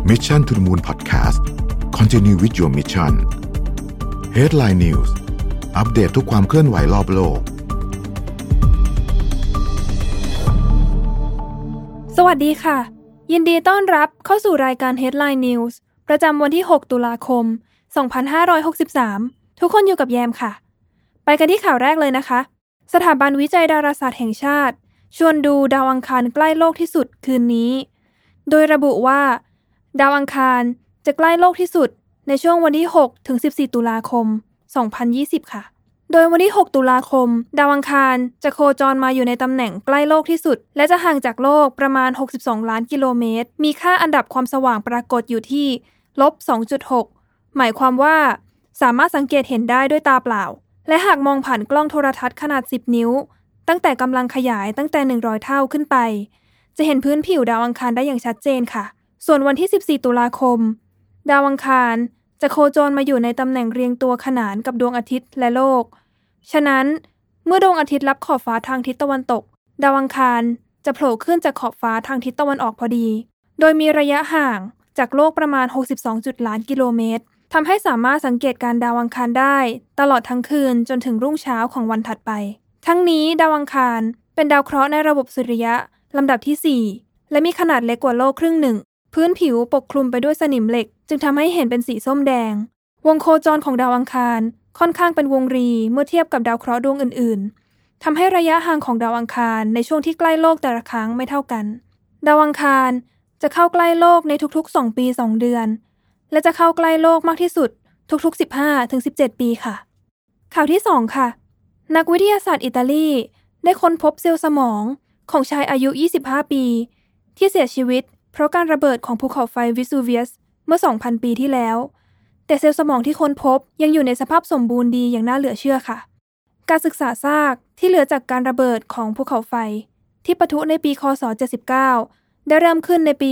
Mission to the Moon Podcast Continue with your mission Headline News อัปเดตทุกความเคลื่อนไหวรอบโลกสวัสดีค่ะยินดีต้อนรับเข้าสู่รายการ Headline News ประจำวันที่6ตุลาคม2563ทุกคนอยู่กับแยมค่ะไปกันที่ข่าวแรกเลยนะคะสถาบันวิจัยดาราศาสตร์แห่งชาติชวนดูดาวอังคารใกล้โลกที่สุดคืนนี้โดยระบุว่าดาวอังคารจะใกล้โลกที่สุดในช่วงวันที่6ถึง14ตุลาคม2020ค่ะโดยวันที่6ตุลาคมดาวอังคารจะโคจรมาอยู่ในตำแหน่งใกล้โลกที่สุดและจะห่างจากโลกประมาณ62ล้านกิโลเมตรมีค่าอันดับความสว่างปรากฏอยู่ที่ -2.6 หมายความว่าสามารถสังเกตเห็นได้ด้วยตาเปล่าและหากมองผ่านกล้องโทรทัศน์ขนาด10นิ้วตั้งแต่กำลังขยายตั้งแต่100เท่าขึ้นไปจะเห็นพื้นผิวดาวอังคารได้อย่างชัดเจนค่ะส่วนวันที่14ตุลาคมดาวอังคารจะโคจรมาอยู่ในตำแหน่งเรียงตัวขนานกับดวงอาทิตย์และโลกฉะนั้นเมื่อดวงอาทิตย์รับขอบฟ้าทางทิศตะวันตกดาวอังคารจะโผล่ขึ้นจากขอบฟ้าทางทิศตะวันออกพอดีโดยมีระยะห่างจากโลกประมาณ62ล้านกิโลเมตรทำให้สามารถสังเกตการดาวอังคารได้ตลอดทั้งคืนจนถึงรุ่งเช้าของวันถัดไปทั้งนี้ดาวอังคารเป็นดาวเคราะห์ในระบบสุริยะลำดับที่4และมีขนาดเล็กกว่าโลกครึ่งหนึ่งพื้นผิวปกคลุมไปด้วยสนิมเหล็กจึงทำให้เห็นเป็นสีส้มแดงวงโคจรของดาวอังคารค่อนข้างเป็นวงรีเมื่อเทียบกับดาวเคราะห์ดวงอื่นๆทำให้ระยะห่างของดาวอังคารในช่วงที่ใกล้โลกแต่ละครั้งไม่เท่ากันดาวอังคารจะเข้าใกล้โลกในทุกๆ2ปี2เดือนและจะเข้าใกล้โลกมากที่สุดทุกๆ15-17 ปีค่ะข่าวที่2ค่ะนักวิทยาศาสตร์อิตาลีได้ค้นพบเซลล์สมองของชายอายุ25ปีที่เสียชีวิตเพราะการระเบิดของภูเขาไฟวิสูเวียสเมื่อ 2,000 ปีที่แล้วแต่เซลล์สมองที่ค้นพบยังอยู่ในสภาพสมบูรณ์ดีอย่างน่าเหลือเชื่อค่ะการศึกษาซากที่เหลือจากการระเบิดของภูเขาไฟที่ปะทุในปีคศ79ได้เริ่มขึ้นในปี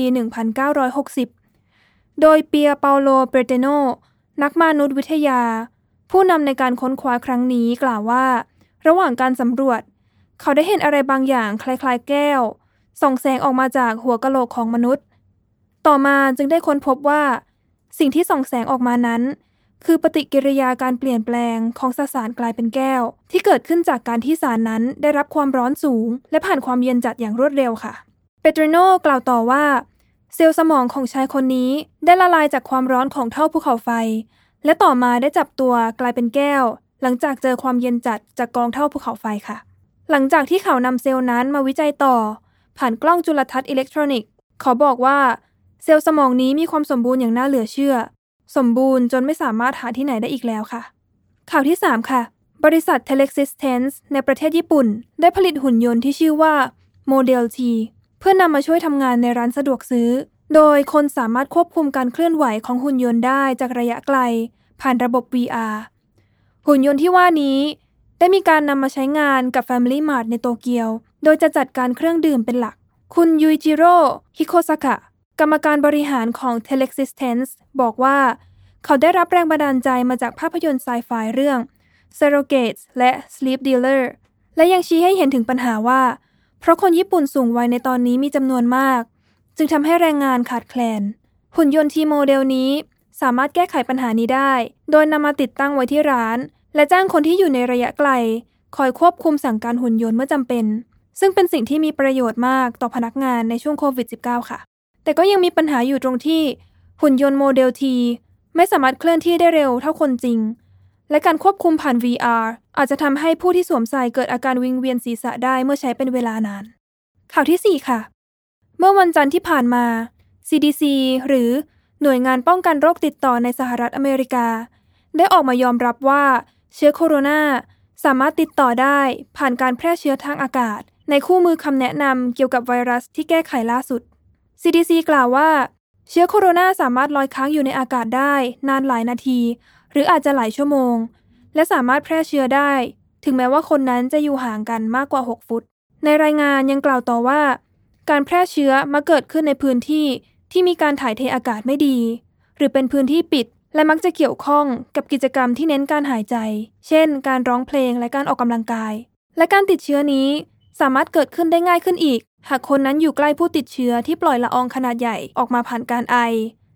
1960โดยเปียเปาโลเปเตโนนักมนุษยวิทยาผู้นำในการค้นคว้าครั้งนี้กล่าวว่าระหว่างการสำรวจเขาได้เห็นอะไรบางอย่างคล้ายๆแก้วส่องแสงออกมาจากหัวกะโหลกของมนุษย์ต่อมาจึงได้ค้นพบว่าสิ่งที่ส่องแสงออกมานั้นคือปฏิกิริยาการเปลี่ยนแปลงของสสารกลายเป็นแก้วที่เกิดขึ้นจากการที่สารนั้นได้รับความร้อนสูงและผ่านความเย็นจัดอย่างรวดเร็วค่ะเปโตรโนกล่าวต่อว่าเซลล์สมองของชายคนนี้ได้ละลายจากความร้อนของเท่าภูเขาไฟและต่อมาได้จับตัวกลายเป็นแก้วหลังจากเจอความเย็นจัดจากกองเท่าภูเขาไฟค่ะหลังจากที่เขานำเซลล์นั้นมาวิจัยต่อผ่านกล้องจุลทรรศน์อิเล็กทรอนิกส์เขาบอกว่าเซลล์สมองนี้มีความสมบูรณ์อย่างน่าเหลือเชื่อสมบูรณ์จนไม่สามารถหาที่ไหนได้อีกแล้วค่ะข่าวที่3ค่ะบริษัท Telexistence ในประเทศญี่ปุ่นได้ผลิตหุ่นยนต์ที่ชื่อว่า Model T เพื่อนำมาช่วยทำงานในร้านสะดวกซื้อโดยคนสามารถควบคุมการเคลื่อนไหวของหุ่นยนต์ได้จากระยะไกลผ่านระบบ VR หุ่นยนต์ที่ว่านี้ได้มีการนำมาใช้งานกับ Family Mart ในโตเกียวโดยจะจัดการเครื่องดื่มเป็นหลักคุณยุยจิโร่ฮิโคซากะกรรมการบริหารของ Telexistence บอกว่าเขาได้รับแรงบันดาลใจมาจากภาพยนตร์ไซไฟเรื่อง Surrogates และ Sleep Dealer และยังชี้ให้เห็นถึงปัญหาว่าเพราะคนญี่ปุ่นสูงวัยในตอนนี้มีจำนวนมากจึงทำให้แรงงานขาดแคลนหุ่นยนต์ทีโมเดลนี้สามารถแก้ไขปัญหานี้ได้โดยนำมาติดตั้งไว้ที่ร้านและจ้างคนที่อยู่ในระยะไกลคอยควบคุมสั่งการหุ่นยนต์เมื่อจำเป็นซึ่งเป็นสิ่งที่มีประโยชน์มากต่อพนักงานในช่วงโควิด -19 ค่ะแต่ก็ยังมีปัญหาอยู่ตรงที่หุ่นยนต์โมเดล T ไม่สามารถเคลื่อนที่ได้เร็วเท่าคนจริงและการควบคุมผ่าน VR อาจจะทำให้ผู้ที่สวมใส่เกิดอาการวิงเวียนศีรษะได้เมื่อใช้เป็นเวลานานข่าวที่4ค่ะเมื่อวันจันทร์ที่ผ่านมา CDC หรือหน่วยงานป้องกันโรคติดต่อในสหรัฐอเมริกาได้ออกมายอมรับว่าเชื้อโคโรนาสามารถติดต่อได้ผ่านการแพร่เชื้อทางอากาศในคู่มือคำแนะนำเกี่ยวกับไวรัสที่แก้ไขล่าสุด CDC กล่าวว่าเชื้อโคโรนาสามารถลอยค้างอยู่ในอากาศได้นานหลายนาทีหรืออาจจะหลายชั่วโมงและสามารถแพร่เชื้อได้ถึงแม้ว่าคนนั้นจะอยู่ห่างกันมากกว่า6ฟุตในรายงานยังกล่าวต่อว่าการแพร่เชื้อมักเกิดขึ้นในพื้นที่ที่มีการถ่ายเทอากาศไม่ดีหรือเป็นพื้นที่ปิดและมักจะเกี่ยวข้องกับกิจกรรมที่เน้นการหายใจเช่นการร้องเพลงและการออกกำลังกายและการติดเชื้อนี้สามารถเกิดขึ้นได้ง่ายขึ้นอีกหากคนนั้นอยู่ใกล้ผู้ติดเชื้อที่ปล่อยละอองขนาดใหญ่ออกมาผ่านการไอ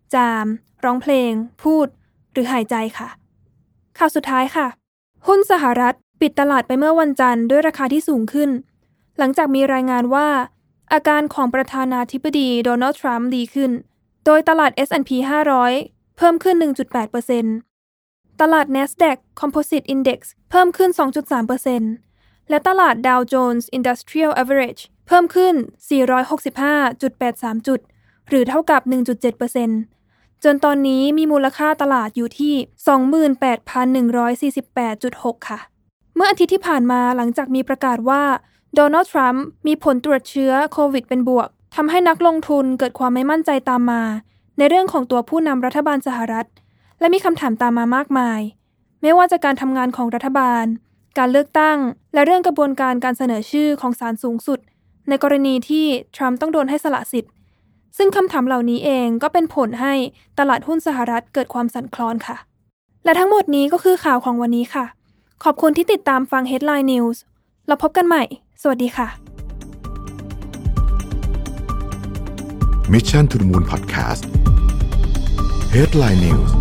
จามร้องเพลงพูดหรือหายใจค่ะข่าวสุดท้ายค่ะหุ้นสหรัฐปิดตลาดไปเมื่อวันจันทร์ด้วยราคาที่สูงขึ้นหลังจากมีรายงานว่าอาการของประธานาธิบดีโดนัลด์ทรัมป์ดีขึ้นโดยตลาด S&P 500 เพิ่มขึ้น 1.8% ตลาด NASDAQ Composite Index เพิ่มขึ้น 2.3% และตลาด Dow Jones Industrial Average เพิ่มขึ้น 465.83 จุดหรือเท่ากับ 1.7%จนตอนนี้มีมูลค่าตลาดอยู่ที่ 28,148.6 ค่ะเมื่ออาทิตย์ที่ผ่านมาหลังจากมีประกาศว่าโดนัลด์ทรัมป์มีผลตรวจเชื้อโควิดเป็นบวกทำให้นักลงทุนเกิดความไม่มั่นใจตามมาในเรื่องของตัวผู้นำรัฐบาลสหรัฐและมีคำถามตามมามากมายไม่ว่าจะการทำงานของรัฐบาลการเลือกตั้งและเรื่องกระบวนการเสนอชื่อของศาลสูงสุดในกรณีที่ทรัมป์ต้องโดนให้สละสิทธิ์ซึ่งคำถามเหล่านี้เองก็เป็นผลให้ตลาดหุ้นสหรัฐเกิดความสั่นคลอนค่ะและทั้งหมดนี้ก็คือข่าวของวันนี้ค่ะขอบคุณที่ติดตามฟัง Headline News เราพบกันใหม่สวัสดีค่ะ Mission to the Moon Podcast Headline News